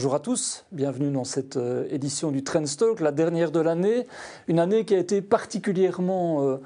Bonjour à tous, bienvenue dans cette édition du Trendstalk, la dernière de l'année. Une année qui a été particulièrement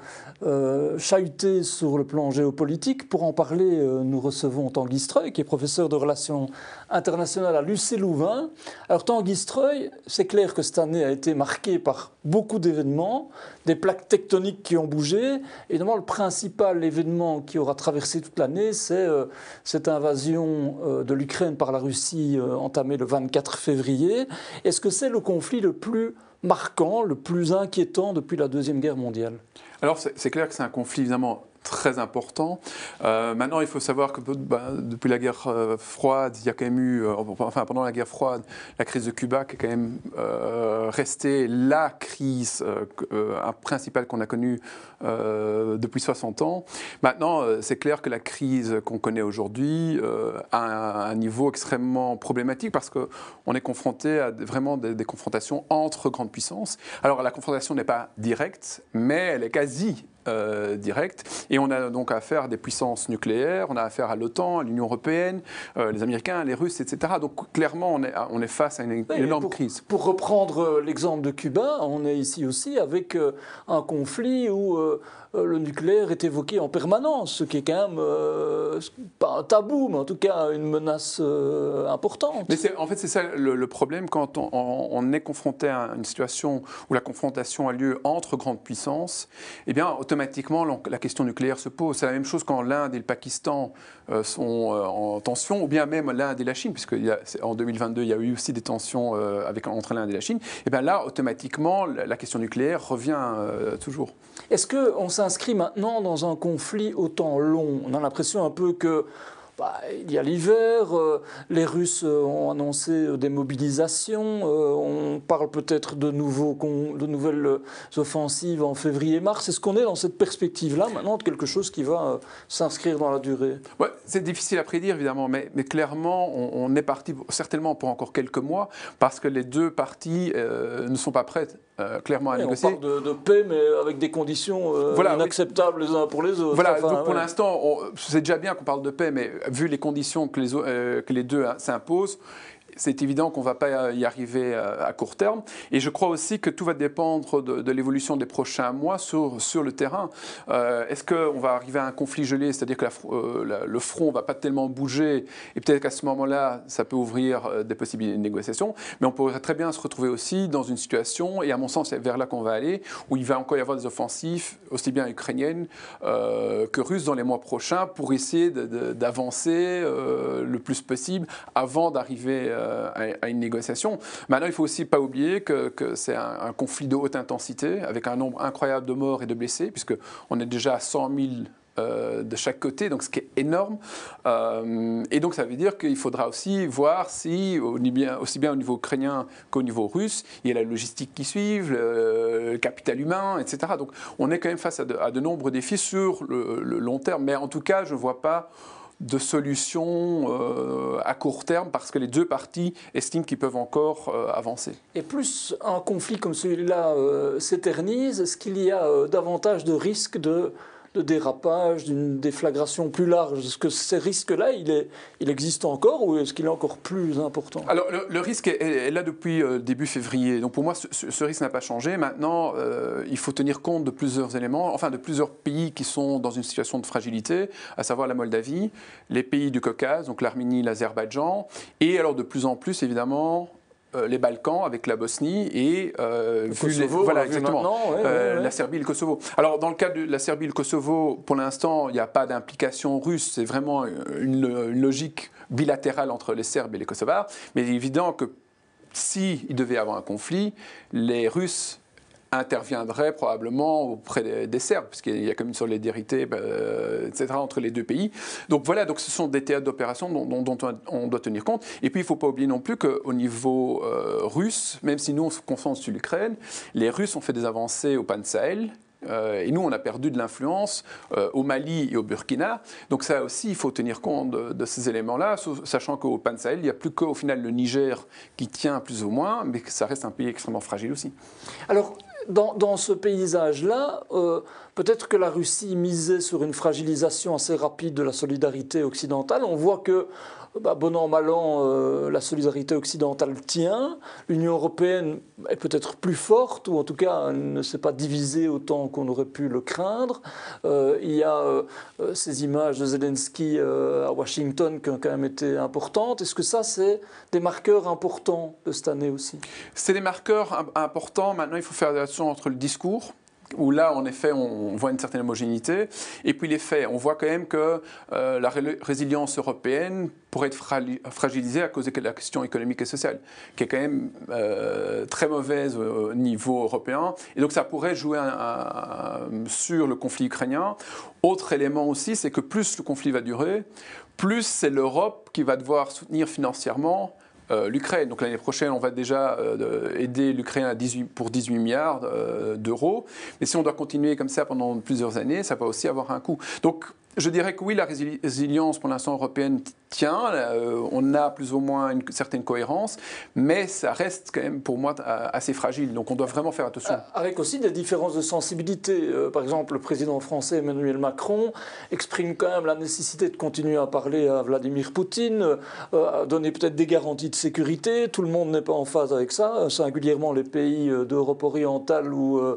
chahutée sur le plan géopolitique. Pour en parler, nous recevons Tanguy Streuil, qui est professeur de relations internationales à l'UC Louvain. Alors Tanguy Streuil, c'est clair que cette année a été marquée par beaucoup d'événements, des plaques tectoniques qui ont bougé. Évidemment, le principal événement qui aura traversé toute l'année, c'est cette invasion de l'Ukraine par la Russie entamée le 24 février. Est-ce que c'est le conflit le plus marquant, le plus inquiétant depuis la Deuxième Guerre mondiale ? Alors c'est clair que c'est un conflit évidemment très important. Maintenant, il faut savoir que depuis la guerre froide, il y a quand même eu, pendant la guerre froide, la crise de Cuba qui est quand même restée la crise principale qu'on a connue depuis 60 ans. Maintenant, c'est clair que la crise qu'on connaît aujourd'hui a un niveau extrêmement problématique parce qu'on est confronté à vraiment des confrontations entre grandes puissances. Alors, la confrontation n'est pas directe, mais elle est quasi direct. Et on a donc affaire à des puissances nucléaires, on a affaire à l'OTAN, à l'Union européenne, les Américains, les Russes, etc. Donc clairement, on est face à une énorme crise. Pour reprendre l'exemple de Cuba, on est ici aussi avec un conflit où le nucléaire est évoqué en permanence, ce qui est quand même pas un tabou, mais en tout cas une menace importante. Mais en fait, c'est ça le problème quand on est confronté à une situation où la confrontation a lieu entre grandes puissances. Eh bien, automatiquement, la question nucléaire se pose. C'est la même chose quand l'Inde et le Pakistan sont en tension, ou bien même l'Inde et la Chine, puisque en 2022, il y a eu aussi des tensions entre l'Inde et la Chine. Et bien là, automatiquement, la question nucléaire revient toujours. Est-ce qu'on s'inscrit maintenant dans un conflit au temps long ? On a l'impression un peu que il y a l'hiver, les Russes ont annoncé des mobilisations, on parle peut-être de nouvelles offensives en février-mars. Est-ce qu'on est dans cette perspective-là maintenant de quelque chose qui va s'inscrire dans la durée ? Ouais, c'est difficile à prédire évidemment, mais clairement on est parti certainement pour encore quelques mois parce que les deux parties ne sont pas prêtes clairement à négocier. On parle de paix mais avec des conditions inacceptables les uns pour les autres. Voilà, donc pour l'instant, c'est déjà bien qu'on parle de paix, mais vu les conditions que les deux s'imposent, c'est évident qu'on ne va pas y arriver à court terme. Et je crois aussi que tout va dépendre de l'évolution des prochains mois sur le terrain. Est-ce qu'on va arriver à un conflit gelé, c'est-à-dire que le front ne va pas tellement bouger, et peut-être qu'à ce moment-là, ça peut ouvrir des possibilités de négociation. Mais on pourrait très bien se retrouver aussi dans une situation, et à mon sens, c'est vers là qu'on va aller, où il va encore y avoir des offensives, aussi bien ukrainiennes que russes dans les mois prochains, pour essayer d'avancer le plus possible avant d'arriver à une négociation. Maintenant, il ne faut aussi pas oublier que c'est un conflit de haute intensité, avec un nombre incroyable de morts et de blessés, puisqu'on est déjà à 100 000 de chaque côté, donc ce qui est énorme. Et donc ça veut dire qu'il faudra aussi voir si, aussi bien au niveau ukrainien qu'au niveau russe, il y a la logistique qui suit, le capital humain, etc. Donc on est quand même face à de nombreux défis sur le long terme. Mais en tout cas, je ne vois pas de solutions à court terme parce que les deux parties estiment qu'ils peuvent encore avancer. Et plus un conflit comme celui-là s'éternise, est-ce qu'il y a davantage de risques de dérapage, d'une déflagration plus large ? Est-ce que ces risques-là, il existe encore ou est-ce qu'il est encore plus important ? Alors, le risque est là depuis début février. Donc, pour moi, ce risque n'a pas changé. Maintenant, il faut tenir compte de plusieurs éléments, enfin de plusieurs pays qui sont dans une situation de fragilité, à savoir la Moldavie, les pays du Caucase, donc l'Arménie, l'Azerbaïdjan, et alors de plus en plus, évidemment, les Balkans avec la Bosnie et la Serbie et le Kosovo. Alors dans le cas de la Serbie et le Kosovo, pour l'instant, il n'y a pas d'implication russe, c'est vraiment une logique bilatérale entre les Serbes et les Kosovars, mais il est évident que s'il devait y avoir un conflit, les Russes interviendrait probablement auprès des Serbes, puisqu'il y a comme une solidarité, etc., entre les deux pays. Donc voilà, donc ce sont des théâtres d'opération dont on doit tenir compte. Et puis il ne faut pas oublier non plus qu'au niveau russe, même si nous on se concentre sur l'Ukraine, les Russes ont fait des avancées au Pan Sahel. Et nous, on a perdu de l'influence au Mali et au Burkina. Donc ça aussi, il faut tenir compte de ces éléments-là, sachant qu'au Pan Sahel, il n'y a plus qu'au final le Niger qui tient plus ou moins, mais que ça reste un pays extrêmement fragile aussi. Alors, dans ce paysage-là, peut-être que la Russie misait sur une fragilisation assez rapide de la solidarité occidentale. On voit que, bon an, mal an, la solidarité occidentale tient. L'Union européenne est peut-être plus forte, ou en tout cas elle ne s'est pas divisée autant qu'on aurait pu le craindre. Il y a ces images de Zelensky à Washington qui ont quand même été importantes. Est-ce que ça, c'est des marqueurs importants de cette année aussi? C'est des marqueurs importants. Maintenant, il faut faire attention entre le discours, où là, en effet, on voit une certaine homogénéité, et puis les faits. On voit quand même que la résilience européenne pourrait être fragilisée à cause de la question économique et sociale, qui est quand même très mauvaise au niveau européen. Et donc, ça pourrait jouer sur le conflit ukrainien. Autre élément aussi, c'est que plus le conflit va durer, plus c'est l'Europe qui va devoir soutenir financièrement l'Ukraine. Donc l'année prochaine, on va déjà aider l'Ukraine pour 18 milliards d'euros. Mais si on doit continuer comme ça pendant plusieurs années, ça va aussi avoir un coût. Donc je dirais que oui, la résilience pour l'instant européenne tient, on a plus ou moins une certaine cohérence, mais ça reste quand même pour moi assez fragile, donc on doit vraiment faire attention. Avec aussi des différences de sensibilité. Par exemple, le président français Emmanuel Macron exprime quand même la nécessité de continuer à parler à Vladimir Poutine, à donner peut-être des garanties de sécurité. Tout le monde n'est pas en phase avec ça, singulièrement les pays d'Europe orientale.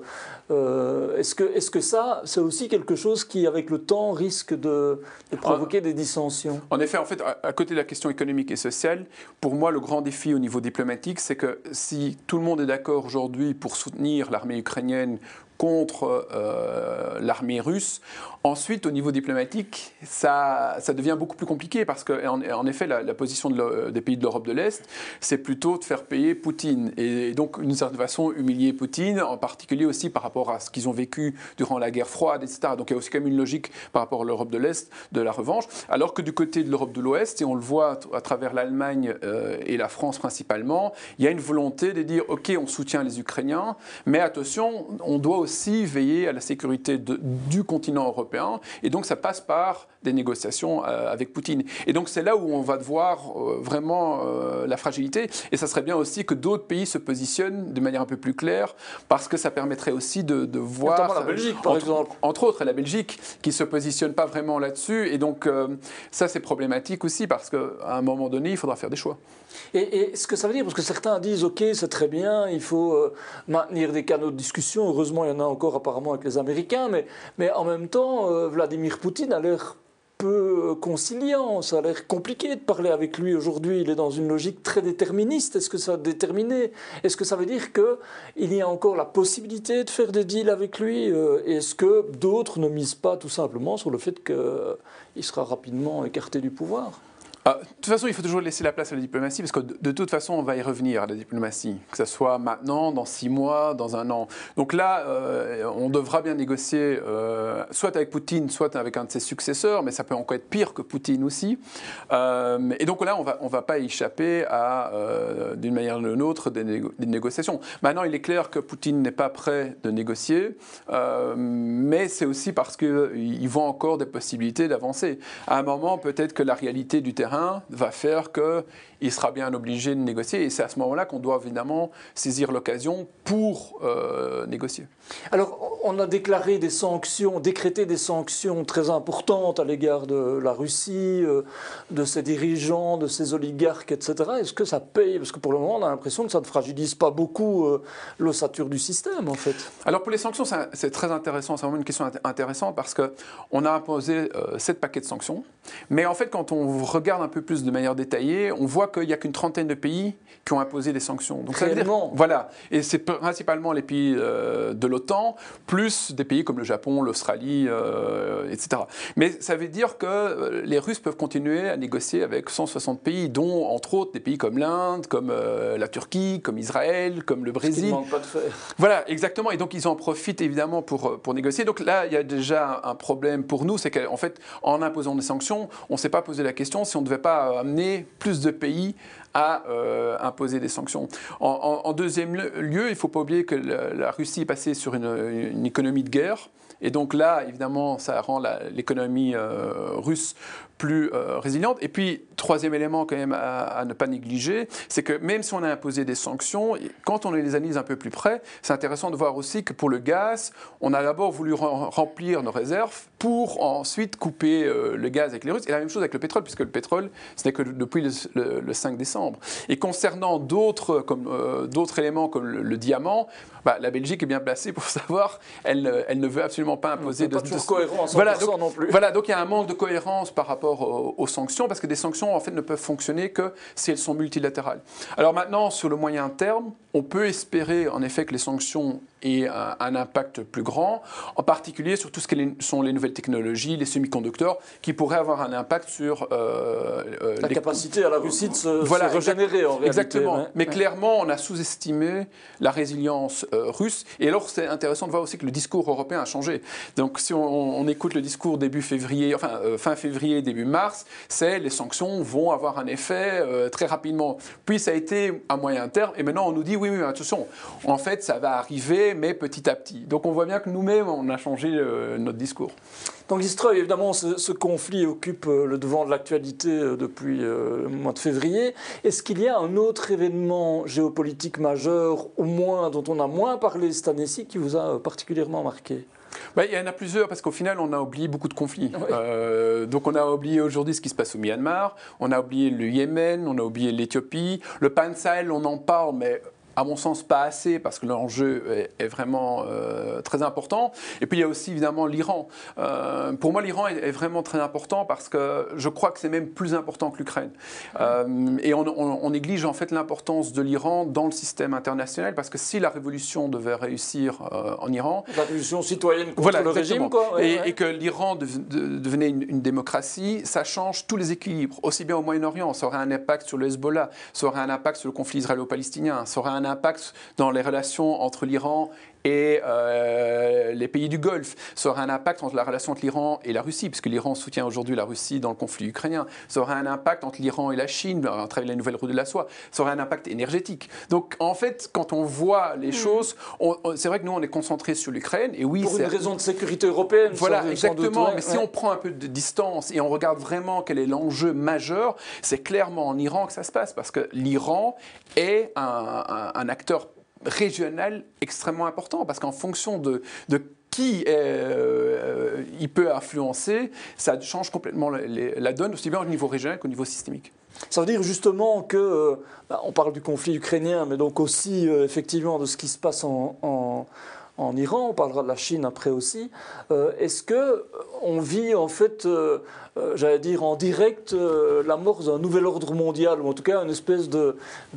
Est-ce que ça, c'est aussi quelque chose qui, avec le temps, risque de provoquer des dissensions? En effet, à côté de la question économique et sociale, pour moi, le grand défi au niveau diplomatique, c'est que si tout le monde est d'accord aujourd'hui pour soutenir l'armée ukrainienne contre l'armée russe. Ensuite, au niveau diplomatique, ça devient beaucoup plus compliqué parce qu'en effet, la position des pays de l'Europe de l'Est, c'est plutôt de faire payer Poutine et donc, d'une certaine façon, humilier Poutine, en particulier aussi par rapport à ce qu'ils ont vécu durant la guerre froide, etc. Donc, il y a aussi quand même une logique par rapport à l'Europe de l'Est de la revanche, alors que du côté de l'Europe de l'Ouest, et on le voit à travers l'Allemagne et la France principalement, il y a une volonté de dire, OK, on soutient les Ukrainiens, mais attention, on doit aussi veiller à la sécurité du continent européen. Et donc, ça passe par des négociations avec Poutine. Et donc, c'est là où on va devoir vraiment la fragilité. Et ça serait bien aussi que d'autres pays se positionnent de manière un peu plus claire, parce que ça permettrait aussi de voir... Notamment la Belgique, par exemple. Entre autres, la Belgique, qui ne se positionne pas vraiment là-dessus. Et donc, ça, c'est problématique aussi, parce qu'à un moment donné, il faudra faire des choix. Et ce que ça veut dire, parce que certains disent, OK, c'est très bien, il faut maintenir des canaux de discussion. Heureusement, il y en a encore apparemment avec les Américains. Mais en même temps, Vladimir Poutine a l'air peu conciliant. Ça a l'air compliqué de parler avec lui aujourd'hui. Il est dans une logique très déterministe. Est-ce que ça va déterminer? Est-ce que ça veut dire qu'il y a encore la possibilité de faire des deals avec lui? Est-ce que d'autres ne misent pas tout simplement sur le fait qu'il sera rapidement écarté du pouvoir? De toute façon, il faut toujours laisser la place à la diplomatie, parce que de toute façon, on va y revenir à la diplomatie, que ce soit maintenant, dans 6 mois, dans 1 an. Donc là, on devra bien négocier, soit avec Poutine, soit avec un de ses successeurs, mais ça peut encore être pire que Poutine aussi. Et donc là, on va pas échapper à, d'une manière ou d'une autre, des négociations. Maintenant, il est clair que Poutine n'est pas prêt de négocier, mais c'est aussi parce qu'il voit encore des possibilités d'avancer. À un moment, peut-être que la réalité du terrain va faire qu'il sera bien obligé de négocier. Et c'est à ce moment-là qu'on doit évidemment saisir l'occasion pour négocier. Alors, on a décrété des sanctions très importantes à l'égard de la Russie, de ses dirigeants, de ses oligarques, etc. Est-ce que ça paye? Parce que pour le moment, on a l'impression que ça ne fragilise pas beaucoup l'ossature du système, en fait. Alors, pour les sanctions, c'est très intéressant. C'est vraiment une question intéressante parce qu'on a imposé 7 paquets de sanctions. Mais en fait, quand on regarde un peu plus de manière détaillée, on voit qu'il n'y a qu'une trentaine de pays qui ont imposé des sanctions. Donc, ça veut dire, voilà. Et c'est principalement les pays de l'OTAN, plus des pays comme le Japon, l'Australie, etc. Mais ça veut dire que les Russes peuvent continuer à négocier avec 160 pays, dont, entre autres, des pays comme l'Inde, comme la Turquie, comme Israël, comme le Brésil. Ce qu'ils ne manquent pas de faire. Voilà, exactement. Et donc, ils en profitent évidemment pour négocier. Donc là, il y a déjà un problème pour nous, c'est qu'en fait, en imposant des sanctions, on ne s'est pas posé la question si on ne devait pas amener plus de pays à imposer des sanctions. En deuxième lieu, il ne faut pas oublier que la Russie est passée sur une économie de guerre. Et donc là, évidemment, ça rend l'économie russe plus résiliente. Et puis, troisième élément quand même à ne pas négliger, c'est que même si on a imposé des sanctions, quand on les analyse un peu plus près, c'est intéressant de voir aussi que pour le gaz, on a d'abord voulu remplir nos réserves pour ensuite couper le gaz avec les Russes. Et la même chose avec le pétrole, puisque le pétrole, ce n'est que depuis le 5 décembre. Et concernant d'autres éléments comme le diamant, la Belgique est bien placée pour savoir, elle ne veut absolument pas imposer pas toujours cohérent à 100% non plus. Voilà, donc il y a un manque de cohérence par rapport aux sanctions, parce que des sanctions en fait ne peuvent fonctionner que si elles sont multilatérales. Alors maintenant, sur le moyen terme, on peut espérer en effet que les sanctions aient un impact plus grand, en particulier sur tout ce qui sont les nouvelles technologies, les semi-conducteurs, qui pourraient avoir un impact sur la capacité à la Russie de se régénérer en réalité. Exactement. Ouais. Mais clairement, on a sous-estimé la résilience russe. Et alors, c'est intéressant de voir aussi que le discours européen a changé. Donc, si on écoute le discours fin février, début mars, c'est les sanctions vont avoir un effet très rapidement. Puis, ça a été à moyen terme. Et maintenant, on nous dit, oui, attention, en fait, ça va arriver, mais petit à petit. Donc, on voit bien que nous-mêmes, on a changé notre discours. Donc, Listreuil, évidemment, ce conflit occupe le devant de l'actualité depuis le mois de février. Est-ce qu'il y a un autre événement géopolitique majeur, au moins dont on a moins parlé cette année-ci, qui vous a particulièrement marqué ? Il y en a plusieurs, parce qu'au final, on a oublié beaucoup de conflits. Oui. Donc, on a oublié aujourd'hui ce qui se passe au Myanmar, on a oublié le Yémen, on a oublié l'Éthiopie. Le Pan Sahel, on en parle, mais à mon sens, pas assez, parce que l'enjeu est vraiment très important. Et puis, il y a aussi, évidemment, l'Iran. Pour moi, l'Iran est vraiment très important, parce que je crois que c'est même plus important que l'Ukraine. Et on néglige, en fait, l'importance de l'Iran dans le système international, parce que si la révolution devait réussir en Iran... La révolution citoyenne contre le régime, quoi. Et que l'Iran devenait une démocratie, ça change tous les équilibres, aussi bien au Moyen-Orient. Ça aurait un impact sur le Hezbollah, ça aurait un impact sur le conflit israélo-palestinien, ça aurait un impact dans les relations entre l'Iran et les pays du Golfe. Ça aura un impact entre la relation entre l'Iran et la Russie, puisque l'Iran soutient aujourd'hui la Russie dans le conflit ukrainien. Ça aura un impact entre l'Iran et la Chine, à travers les nouvelles routes de la soie. Ça aura un impact énergétique. Donc, en fait, quand on voit les choses, c'est vrai que nous, on est concentrés sur l'Ukraine. Et oui, pour une raison de sécurité européenne. Voilà, exactement. Mais si on prend un peu de distance et on regarde vraiment quel est l'enjeu majeur, c'est clairement en Iran que ça se passe, parce que l'Iran est un acteur régional extrêmement important, parce qu'en fonction de qui il peut influencer, ça change complètement la donne, aussi bien au niveau régional qu'au niveau systémique. Ça veut dire justement que, on parle du conflit ukrainien, mais donc aussi effectivement de ce qui se passe en Iran, on parlera de la Chine après aussi. Est-ce qu'on vit en fait, j'allais dire en direct, l'amorce d'un nouvel ordre mondial, ou en tout cas une espèce de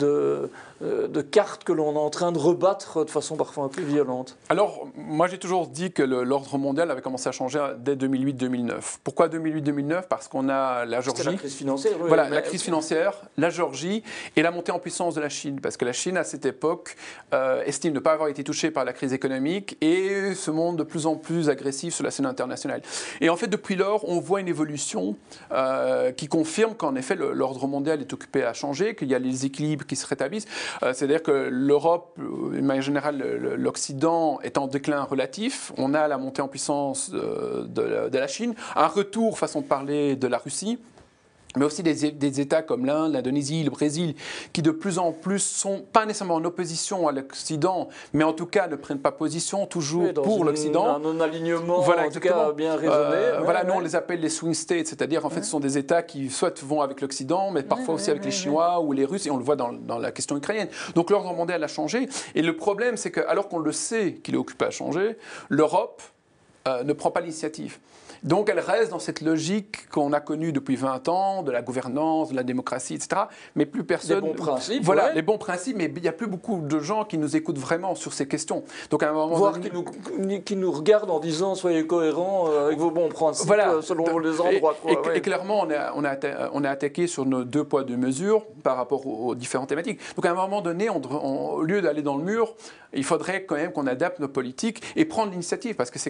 carte que l'on est en train de rebattre de façon parfois un peu violente? Alors, moi j'ai toujours dit que l'ordre mondial avait commencé à changer dès 2008-2009. Pourquoi 2008-2009? Parce qu'on a la Géorgie. C'était la crise financière. Oui, voilà, la crise financière, la Géorgie et la montée en puissance de la Chine. Parce que la Chine, à cette époque, estime ne pas avoir été touchée par la crise économique et se montre de plus en plus agressif sur la scène internationale. Et en fait, depuis lors, on voit une évolution qui confirme qu'en effet, l'ordre mondial est occupé à changer, qu'il y a les équilibres qui se rétablissent. C'est-à-dire que l'Europe, de manière générale, l'Occident est en déclin relatif. On a la montée en puissance de la Chine, un retour, façon de parler, de la Russie, mais aussi des États comme l'Inde, l'Indonésie, le Brésil, qui de plus en plus sont pas nécessairement en opposition à l'Occident, mais en tout cas ne prennent pas position toujours pour l'Occident. Un non-alignement, voilà, en tout cas bien raisonné. Voilà, nous on les appelle les swing states, c'est-à-dire en fait ce sont des États qui soit vont avec l'Occident, mais parfois aussi avec les Chinois ou les Russes, et on le voit dans la question ukrainienne. Donc l'ordre mondial a changé, et le problème c'est que alors qu'on le sait qu'il est occupé à changer, l'Europe ne prend pas l'initiative. Donc elle reste dans cette logique qu'on a connue depuis 20 ans, de la gouvernance, de la démocratie, etc. Mais plus personne... Les bons principes. Voilà, les bons principes, mais il n'y a plus beaucoup de gens qui nous écoutent vraiment sur ces questions. Donc à un moment voire qui nous regardent en disant « soyez cohérents avec vos bons principes voilà. Selon les endroits ». Et clairement, on a attaqué sur nos 2 poids 2 mesures par rapport aux différentes thématiques. Donc à un moment donné, au lieu d'aller dans le mur, il faudrait quand même qu'on adapte nos politiques et prendre l'initiative, parce que c'est comme ça qu'on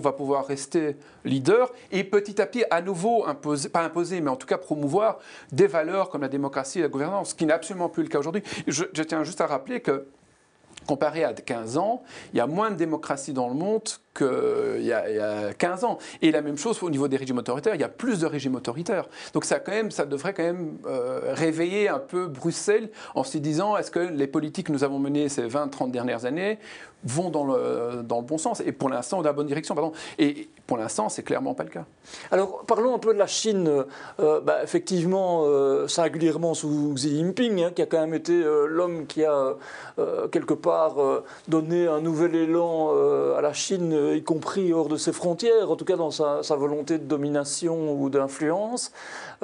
va pouvoir rester leader et petit à petit, à nouveau, pas imposer, mais en tout cas promouvoir des valeurs comme la démocratie et la gouvernance, ce qui n'est absolument plus le cas aujourd'hui. Je tiens juste à rappeler que, comparé à 15 ans, il y a moins de démocratie dans le monde qu'il y a 15 ans. Et la même chose au niveau des régimes autoritaires, il y a plus de régimes autoritaires. Donc ça devrait quand même réveiller un peu Bruxelles en se disant, est-ce que les politiques que nous avons menées ces 20-30 dernières années vont dans le bon sens et pour l'instant, dans la bonne direction. Pardon. Et pour l'instant, c'est clairement pas le cas. Alors, parlons un peu de la Chine. Effectivement, singulièrement sous Xi Jinping, qui a quand même été l'homme qui a quelque part donné un nouvel élan à la Chine, y compris hors de ses frontières, en tout cas dans sa volonté de domination ou d'influence.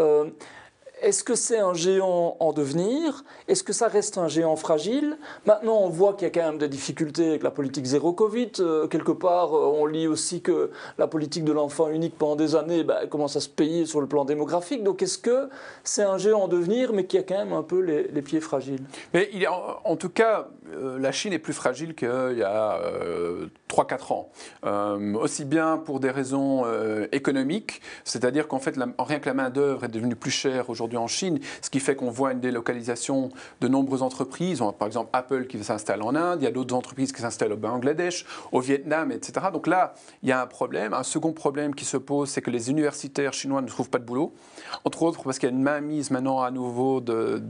Est-ce que c'est un géant en devenir? Est-ce que ça reste un géant fragile? Maintenant, on voit qu'il y a quand même des difficultés avec la politique zéro Covid. Quelque part, on lit aussi que la politique de l'enfant unique pendant des années commence à se payer sur le plan démographique. Donc, est-ce que c'est un géant en devenir, mais qui a quand même un peu les pieds fragiles? Mais en tout cas, la Chine est plus fragile qu'il y a 3-4 ans. Aussi bien pour des raisons économiques, c'est-à-dire qu'en fait, rien que la main-d'œuvre est devenue plus chère aujourd'hui en Chine, ce qui fait qu'on voit une délocalisation de nombreuses entreprises. On a par exemple Apple qui s'installe en Inde, il y a d'autres entreprises qui s'installent au Bangladesh, au Vietnam, etc. Donc là, il y a un problème. Un second problème qui se pose, c'est que les universitaires chinois ne trouvent pas de boulot, entre autres parce qu'il y a une mainmise maintenant à nouveau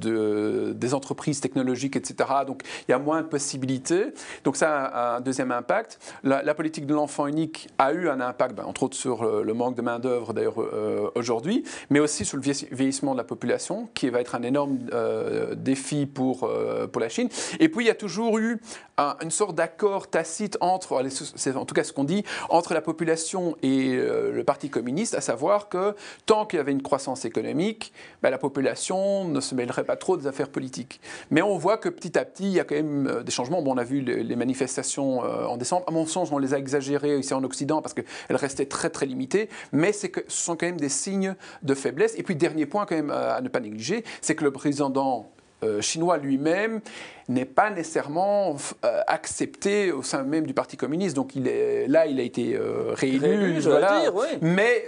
des entreprises technologiques, etc. Donc il y a moins de possibilités. Donc ça a un deuxième impact. La politique de l'enfant unique a eu un impact, entre autres sur le manque de main-d'œuvre d'ailleurs aujourd'hui, mais aussi sur le vieillissement de la population, qui va être un énorme défi pour la Chine. Et puis il y a toujours eu une sorte d'accord tacite entre, c'est en tout cas ce qu'on dit, entre la population et le Parti communiste, à savoir que tant qu'il y avait une croissance économique, la population ne se mêlerait pas trop des affaires politiques. Mais on voit que petit à petit, il y a quand même des changements. Bon, on a vu les manifestations en décembre. À mon sens, on les a exagérées ici en Occident parce qu'elles restaient très très limitées, mais ce sont quand même des signes de faiblesse. Et puis, dernier point quand même à ne pas négliger, c'est que le président chinois lui-même n'est pas nécessairement accepté au sein même du Parti communiste. Donc il a été réélu, voilà. Dire, oui. Mais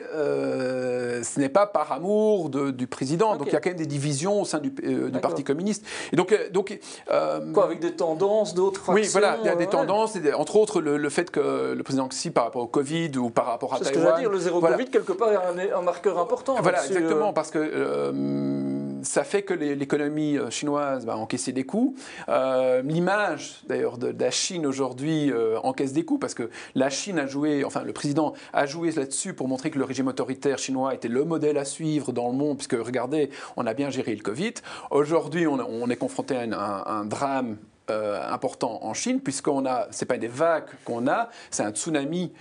ce n'est pas par amour du président. Okay. Donc il y a quand même des divisions au sein du Parti communiste. Et donc quoi, avec des tendances d'autres fractions? Oui, voilà, il y a des tendances, entre autres le fait que le président Xi, par rapport au Covid ou par rapport à Taïwan... C'est ce que je veux dire, le zéro Covid, quelque part, est un marqueur important. Voilà, exactement, parce que ça fait que l'économie chinoise va encaisser des coups. L'image, d'ailleurs, de la Chine aujourd'hui encaisse des coups, parce que la Chine a joué, enfin, le président a joué là-dessus pour montrer que le régime autoritaire chinois était le modèle à suivre dans le monde, puisque, regardez, on a bien géré le Covid. Aujourd'hui, on est confronté à un drame important en Chine, c'est pas des vagues qu'on a, c'est un tsunami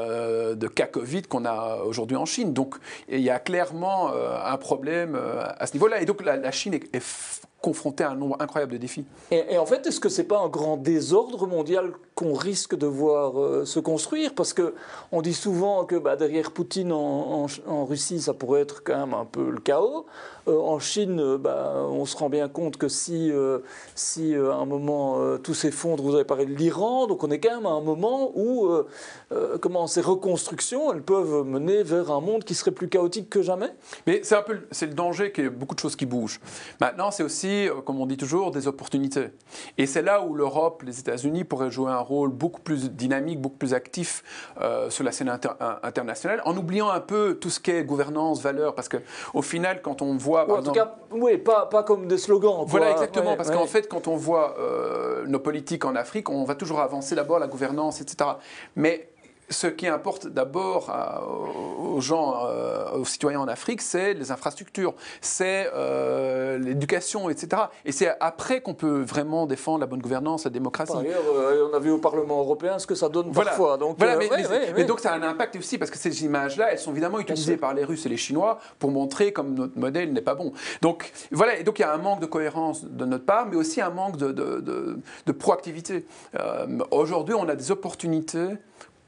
de cas Covid qu'on a aujourd'hui en Chine. Donc il y a clairement un problème à ce niveau-là. Et donc la Chine est confrontée à un nombre incroyable de défis. Et en fait, est-ce que c'est pas un grand désordre mondial qu'on risque de voir se construire? Parce qu'on dit souvent que derrière Poutine en Russie, ça pourrait être quand même un peu le chaos. En Chine, on se rend bien compte que si à un moment tout s'effondre, vous avez parlé de l'Iran, donc on est quand même à un moment où ces reconstructions, elles peuvent mener vers un monde qui serait plus chaotique que jamais. Mais c'est le danger qu'il y ait beaucoup de choses qui bougent. Maintenant, c'est aussi, comme on dit toujours, des opportunités. Et c'est là où l'Europe, les États-Unis pourraient jouer un rôle beaucoup plus dynamique, beaucoup plus actif sur la scène internationale, en oubliant un peu tout ce qui est gouvernance, valeurs, parce qu'au final, quand on voit... En tout cas, oui, pas comme des slogans. Voilà, exactement, parce qu'en fait, quand on voit nos politiques en Afrique, on va toujours avancer d'abord la gouvernance, etc. Mais ce qui importe d'abord aux gens, aux citoyens en Afrique, c'est les infrastructures, c'est l'éducation, etc. Et c'est après qu'on peut vraiment défendre la bonne gouvernance, la démocratie. Par ailleurs, on a vu au Parlement européen ce que ça donne parfois. Donc, mais donc ça a un impact aussi, parce que ces images-là, elles sont évidemment utilisées par les Russes et les Chinois pour montrer comme notre modèle n'est pas bon. Donc voilà, et donc il y a un manque de cohérence de notre part, mais aussi un manque de proactivité. Aujourd'hui, on a des opportunités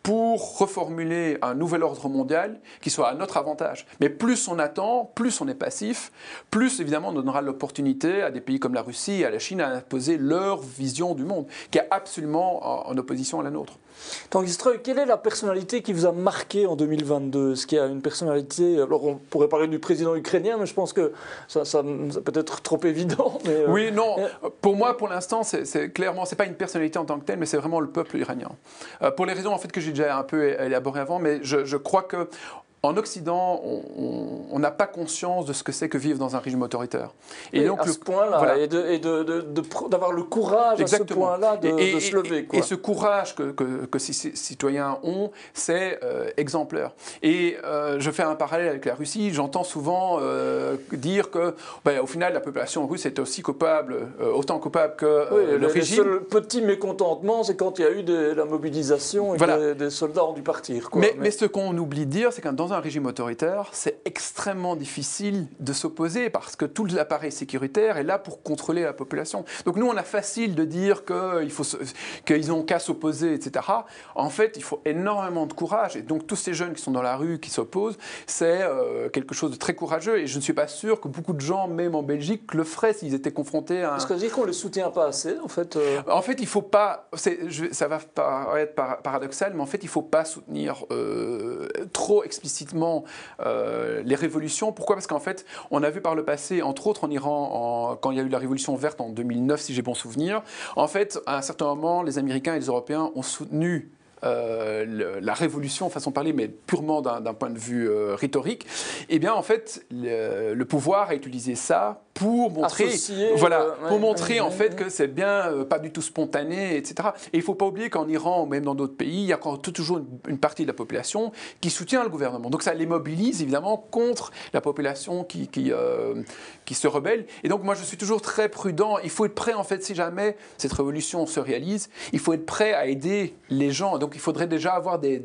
pour reformuler un nouvel ordre mondial qui soit à notre avantage. Mais plus on attend, plus on est passif, plus évidemment on donnera l'opportunité à des pays comme la Russie et à la Chine à imposer leur vision du monde, qui est absolument en opposition à la nôtre. Tanguy Strøy, quelle est la personnalité qui vous a marqué en 2022? Est-ce qu'il y a une personnalité, alors on pourrait parler du président ukrainien, mais je pense que ça peut être trop évident. Mais oui, non, pour moi, pour l'instant, c'est clairement, c'est pas une personnalité en tant que telle, mais c'est vraiment le peuple iranien. Pour les raisons en fait que j'ai déjà un peu élaborées avant, mais je crois que en Occident, on n'a pas conscience de ce que c'est que vivre dans un régime autoritaire. Et donc, à ce point-là, voilà. Et d'avoir le courage exactement. À ce point-là de se lever. Et ce courage que ces citoyens ont, c'est exemplaire. Et je fais un parallèle avec la Russie. J'entends souvent dire que, au final, la population russe est aussi coupable, autant coupable que le régime. Le seul petit mécontentement, c'est quand il y a eu la mobilisation et que des soldats ont dû partir. Quoi. Mais ce qu'on oublie de dire, c'est que dans un régime autoritaire, c'est extrêmement difficile de s'opposer parce que tout l'appareil sécuritaire est là pour contrôler la population. Donc nous, on a facile de dire qu'ils n'ont qu'à s'opposer, etc. En fait, il faut énormément de courage. Et donc tous ces jeunes qui sont dans la rue, qui s'opposent, c'est quelque chose de très courageux. Et je ne suis pas sûr que beaucoup de gens, même en Belgique, le feraient s'ils étaient confrontés à... Parce que dire qu'on ne les soutient pas assez, en fait... En fait, il ne faut pas... ça va paraître paradoxal, mais en fait, il ne faut pas soutenir trop explicitement les révolutions. Pourquoi? Parce qu'en fait, on a vu par le passé, entre autres en Iran, quand il y a eu la révolution verte en 2009, si j'ai bon souvenir, en fait, à un certain moment, les Américains et les Européens ont soutenu la révolution, façon de parler, mais purement d'un point de vue rhétorique, eh bien, en fait, le pouvoir a utilisé ça pour montrer, en fait que c'est bien pas du tout spontané, etc. Et il ne faut pas oublier qu'en Iran ou même dans d'autres pays, il y a toujours une partie de la population qui soutient le gouvernement. Donc ça les mobilise évidemment contre la population qui se rebelle. Et donc moi je suis toujours très prudent. Il faut être prêt en fait si jamais cette révolution se réalise, il faut être prêt à aider les gens. Donc il faudrait déjà avoir des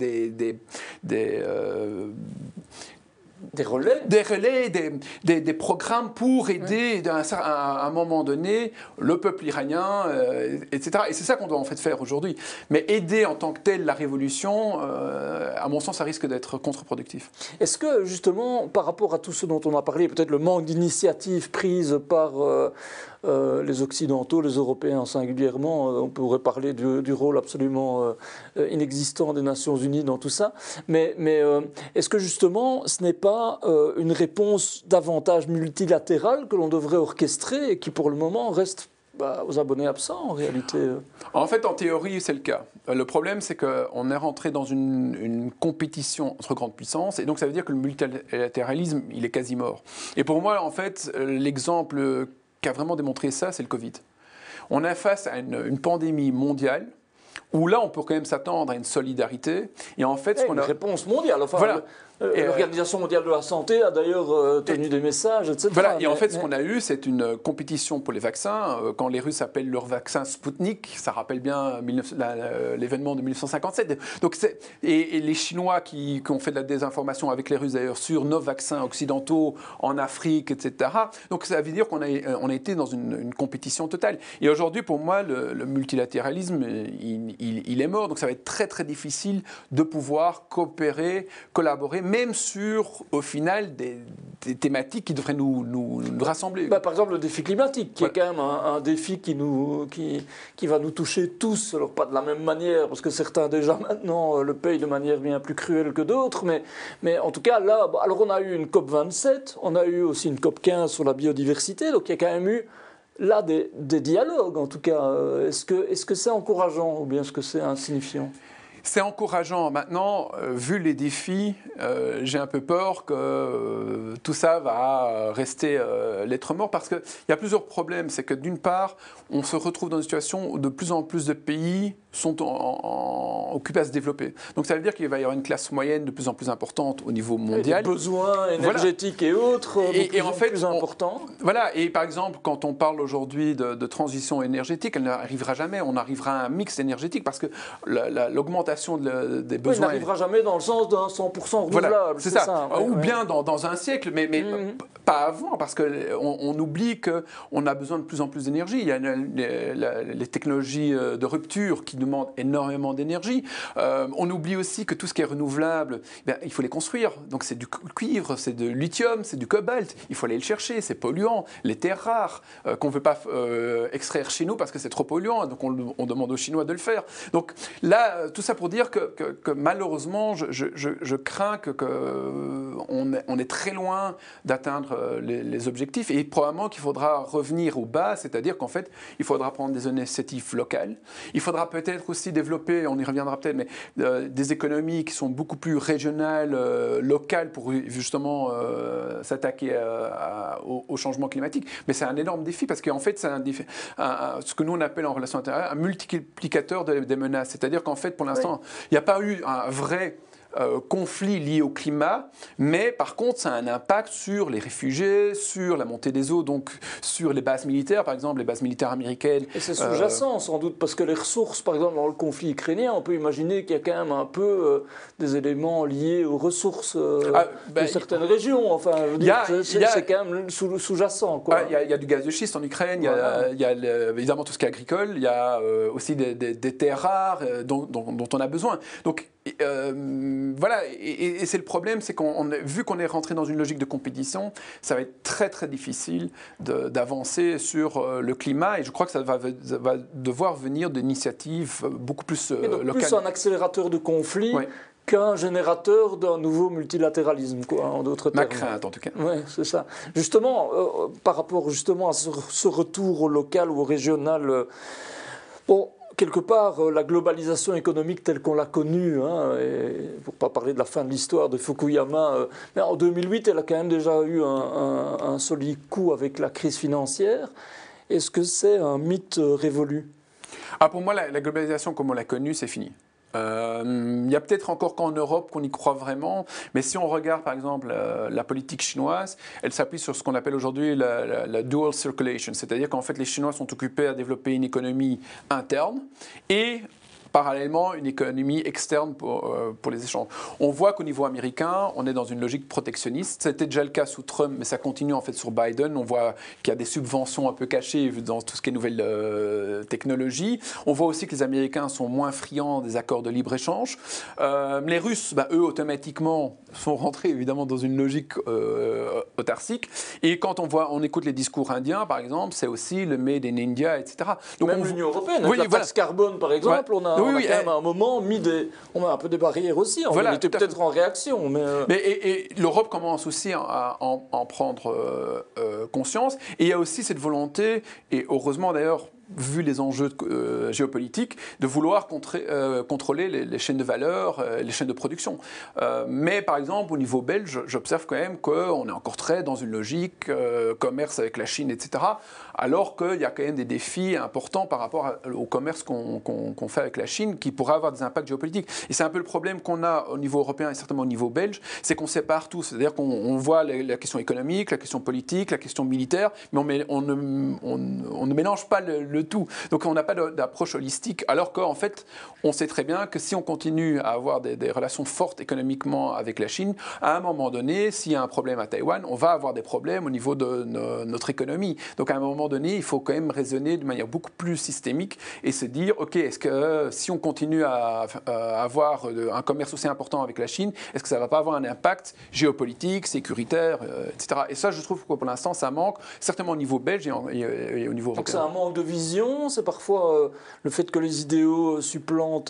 relais, des programmes pour aider à un moment donné le peuple iranien, etc. Et c'est ça qu'on doit en fait faire aujourd'hui. Mais aider en tant que tel la révolution, à mon sens, ça risque d'être contre-productif. Est-ce que justement, par rapport à tout ce dont on a parlé, peut-être le manque d'initiatives prises par les Occidentaux, les Européens singulièrement, on pourrait parler du rôle absolument inexistant des Nations Unies dans tout ça, mais est-ce que justement ce n'est pas une réponse davantage multilatérale que l'on devrait orchestrer et qui pour le moment reste aux abonnés absents en réalité? En fait, en théorie, c'est le cas. Le problème, c'est qu'on est rentré dans une compétition entre grandes puissances, et donc ça veut dire que le multilatéralisme, il est quasi mort. Et pour moi, en fait, l'exemple qui a vraiment démontré ça, c'est le Covid. On est face à une pandémie mondiale, où là, on peut quand même s'attendre à une solidarité. Et en fait, une réponse mondiale. Enfin, voilà. L'Organisation mondiale de la santé a d'ailleurs tenu des messages, etc. Voilà. Et en fait, ce qu'on a eu, c'est une compétition pour les vaccins. Quand les Russes appellent leur vaccin Sputnik, ça rappelle bien l'événement de 1957. Donc et les Chinois qui ont fait de la désinformation avec les Russes d'ailleurs sur nos vaccins occidentaux en Afrique, etc. Donc ça veut dire qu'on a été dans une compétition totale. Et aujourd'hui, pour moi, le multilatéralisme, il est mort. Donc ça va être très très difficile de pouvoir coopérer, collaborer, même sur, au final, des thématiques qui devraient nous rassembler. Par exemple, le défi climatique, qui est quand même un défi qui va nous toucher tous, alors pas de la même manière, parce que certains déjà maintenant le payent de manière bien plus cruelle que d'autres, mais en tout cas, là, alors on a eu une COP27, on a eu aussi une COP15 sur la biodiversité, donc il y a quand même eu là des dialogues, en tout cas. Est-ce que c'est encourageant ou bien est-ce que c'est insignifiant ? C'est encourageant. Maintenant, vu les défis, j'ai un peu peur que tout ça va rester lettre morte parce qu'il y a plusieurs problèmes. C'est que d'une part, on se retrouve dans une situation où de plus en plus de pays sont occupés à se développer. Donc ça veut dire qu'il va y avoir une classe moyenne de plus en plus importante au niveau mondial. Des besoins énergétiques et autres plus importants. Voilà, et par exemple, quand on parle aujourd'hui de transition énergétique, elle n'arrivera jamais. On arrivera à un mix énergétique parce que l'augmentation des besoins... elle n'arrivera jamais dans le sens d'un 100% renouvelable. Voilà, c'est ça. Ou bien dans un siècle, mais pas avant, parce qu'on oublie qu'on a besoin de plus en plus d'énergie. Il y a les technologies de rupture qui nous demandent énormément d'énergie. On oublie aussi que tout ce qui est renouvelable, il faut les construire. Donc c'est du cuivre, c'est de lithium, c'est du cobalt. Il faut aller le chercher, c'est polluant. Les terres rares qu'on ne veut pas extraire chez nous parce que c'est trop polluant. Donc on demande aux Chinois de le faire. Donc là, tout ça pour dire que malheureusement, je crains qu'on est très loin d'atteindre les objectifs et probablement qu'il faudra revenir au bas, c'est-à-dire qu'en fait, il faudra prendre des initiatives locales. Il faudra peut-être aussi développer, on y reviendra peut-être, mais des économies qui sont beaucoup plus régionales, locales pour justement s'attaquer au changement climatique. Mais c'est un énorme défi parce qu'en fait, c'est ce que nous on appelle en relation internationale un multiplicateur des menaces. C'est-à-dire qu'en fait, pour l'instant, il n'y a pas eu un vrai conflit lié au climat, mais par contre, ça a un impact sur les réfugiés, sur la montée des eaux, donc sur les bases militaires, par exemple, les bases militaires américaines. Et c'est sous-jacent, sans doute, parce que les ressources, par exemple, dans le conflit ukrainien, on peut imaginer qu'il y a quand même un peu des éléments liés aux ressources de certaines régions. Enfin, je veux dire, c'est quand même sous-jacent. Il y a du gaz de schiste en Ukraine, il y a évidemment tout ce qui est agricole, il y a aussi des terres rares dont on a besoin. Donc, voilà, et c'est le problème, c'est vu qu'on est rentré dans une logique de compétition, ça va être très très difficile d'avancer sur le climat, et je crois que ça va devoir venir d'initiatives beaucoup plus locales. Plus un accélérateur de conflit qu'un générateur d'un nouveau multilatéralisme, en d'autres termes. Ma crainte, en tout cas. Oui, c'est ça. Justement, par rapport justement à ce retour au local ou au régional, quelque part, la globalisation économique telle qu'on l'a connue, et pour ne pas parler de la fin de l'histoire de Fukuyama, mais en 2008, elle a quand même déjà eu un solide coup avec la crise financière. Est-ce que c'est un mythe révolu ? Pour moi, la globalisation comme on l'a connue, c'est fini. Il y a peut-être encore qu'en Europe qu'on y croit vraiment, mais si on regarde par exemple la politique chinoise, elle s'appuie sur ce qu'on appelle aujourd'hui la dual circulation, c'est-à-dire qu'en fait les Chinois sont occupés à développer une économie interne et parallèlement une économie externe pour les échanges. On voit qu'au niveau américain, on est dans une logique protectionniste. C'était déjà le cas sous Trump, mais ça continue en fait sur Biden. On voit qu'il y a des subventions un peu cachées dans tout ce qui est nouvelles technologies. On voit aussi que les Américains sont moins friands des accords de libre-échange. Les Russes, eux, automatiquement, sont rentrés évidemment dans une logique autarcique. Et quand on écoute les discours indiens, par exemple, c'est aussi le Made in India, etc. Donc même l'Union européenne, avec la taxe carbone, par exemple, on a quand même à un moment on met un peu des barrières aussi. On était peut-être en réaction. Et l'Europe commence aussi à en prendre conscience. Et il y a aussi cette volonté, et heureusement d'ailleurs, vu les enjeux géopolitiques, de vouloir contrôler les chaînes de valeur, les chaînes de production. Mais par exemple, au niveau belge, j'observe quand même qu'on est encore très dans une logique commerce avec la Chine, etc., alors qu'il y a quand même des défis importants par rapport au commerce qu'on fait avec la Chine qui pourraient avoir des impacts géopolitiques. Et c'est un peu le problème qu'on a au niveau européen et certainement au niveau belge, c'est qu'on sépare tout. C'est-à-dire qu'on voit la question économique, la question politique, la question militaire, mais on ne mélange pas le tout. Donc on n'a pas d'approche holistique, alors qu'en fait, on sait très bien que si on continue à avoir des relations fortes économiquement avec la Chine, à un moment donné, s'il y a un problème à Taïwan, on va avoir des problèmes au niveau de notre économie. Donc à un moment donné, il faut quand même raisonner de manière beaucoup plus systémique et se dire, OK, est-ce que si on continue à avoir un commerce aussi important avec la Chine, est-ce que ça ne va pas avoir un impact géopolitique, sécuritaire, etc. Et ça, je trouve que pour l'instant, ça manque, certainement au niveau belge et au niveau européen. Donc c'est un manque de vision, c'est parfois le fait que les idéaux supplantent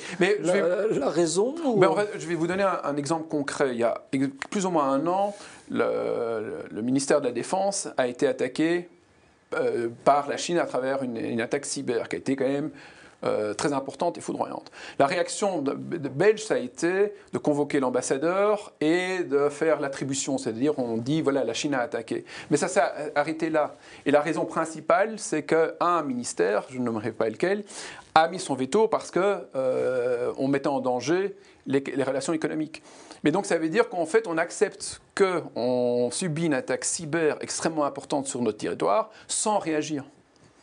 la raison En fait, je vais vous donner un exemple concret. Il y a plus ou moins un an, le ministère de la Défense a été attaqué par la Chine à travers une attaque cyber qui a été quand même très importante et foudroyante. La réaction de belge, ça a été de convoquer l'ambassadeur et de faire l'attribution, c'est-à-dire on dit voilà, la Chine a attaqué. Mais ça s'est arrêté là. Et la raison principale, c'est qu'un ministère, je ne nommerai pas lequel, a mis son veto parce qu'on mettait en danger les relations économiques. Mais donc ça veut dire qu'en fait on accepte qu'on subit une attaque cyber extrêmement importante sur notre territoire sans réagir.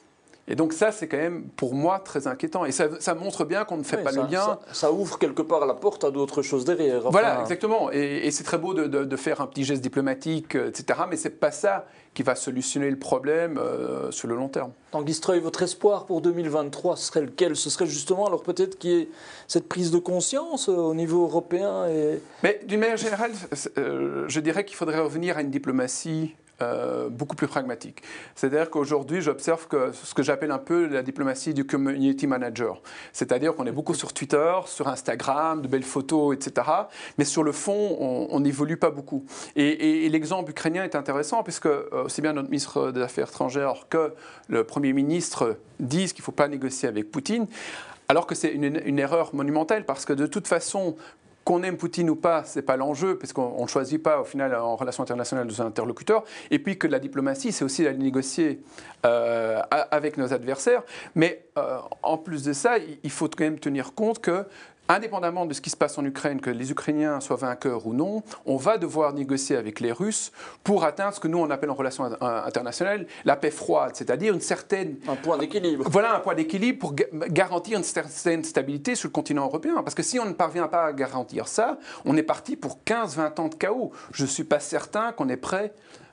Et donc ça, c'est quand même, pour moi, très inquiétant. Et ça montre bien qu'on ne fait pas le lien. Ça ouvre quelque part la porte à d'autres choses derrière. Enfin... Voilà, exactement. Et c'est très beau de faire un petit geste diplomatique, etc. Mais ce n'est pas ça qui va solutionner le problème sur le long terme. Tanguy Strøy, votre espoir pour 2023, ce serait lequel? Ce serait justement, alors peut-être qu'il y ait cette prise de conscience au niveau européen Mais d'une manière générale, je dirais qu'il faudrait revenir à une diplomatie beaucoup plus pragmatique. C'est-à-dire qu'aujourd'hui, j'observe que ce que j'appelle un peu la diplomatie du community manager. C'est-à-dire qu'on est beaucoup sur Twitter, sur Instagram, de belles photos, etc. Mais sur le fond, on n'évolue pas beaucoup. Et l'exemple ukrainien est intéressant puisque aussi bien notre ministre des Affaires étrangères que le Premier ministre disent qu'il ne faut pas négocier avec Poutine, alors que c'est une erreur monumentale parce que de toute façon, qu'on aime Poutine ou pas, ce n'est pas l'enjeu, parce qu'on ne choisit pas, au final, en relations internationales, nos interlocuteurs. Et puis que la diplomatie, c'est aussi d'aller négocier avec nos adversaires. Mais en plus de ça, il faut quand même tenir compte que, indépendamment de ce qui se passe en Ukraine, que les Ukrainiens soient vainqueurs ou non, on va devoir négocier avec les Russes pour atteindre ce que nous, on appelle en relations internationales la paix froide, c'est-à-dire une certaine... Un point d'équilibre. Voilà, un point d'équilibre pour garantir une certaine stabilité sur le continent européen. Parce que si on ne parvient pas à garantir ça, on est parti pour 15-20 ans de chaos. Je ne suis pas certain qu'on est prêt...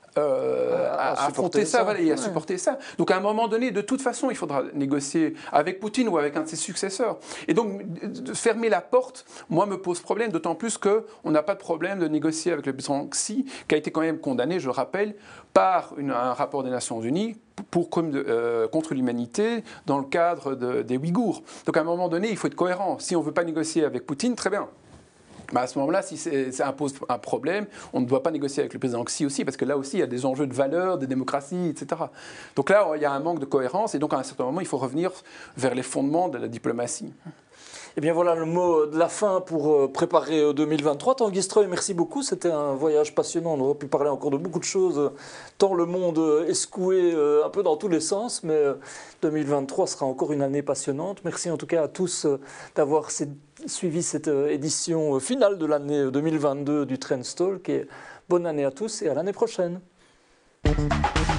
à affronter ça, voilà, et à supporter ça. Donc à un moment donné, de toute façon, il faudra négocier avec Poutine ou avec un de ses successeurs. Et donc, de fermer la porte, moi, me pose problème, d'autant plus qu'on n'a pas de problème de négocier avec le président Xi, qui a été quand même condamné, je le rappelle, par un rapport des Nations Unies pour contre l'humanité dans le cadre des Ouïghours. Donc à un moment donné, il faut être cohérent. Si on ne veut pas négocier avec Poutine, très bien. Mais à ce moment-là, si ça impose un problème, on ne doit pas négocier avec le président Xi aussi, parce que là aussi, il y a des enjeux de valeurs, de démocratie, etc. Donc là, il y a un manque de cohérence, et donc à un certain moment, il faut revenir vers les fondements de la diplomatie. Eh bien voilà le mot de la fin pour préparer 2023. Tanguy Strøy, merci beaucoup. C'était un voyage passionnant. On aurait pu parler encore de beaucoup de choses, tant le monde est secoué un peu dans tous les sens. Mais 2023 sera encore une année passionnante. Merci en tout cas à tous d'avoir suivi cette édition finale de l'année 2022 du Trendstalk. Et bonne année à tous et à l'année prochaine.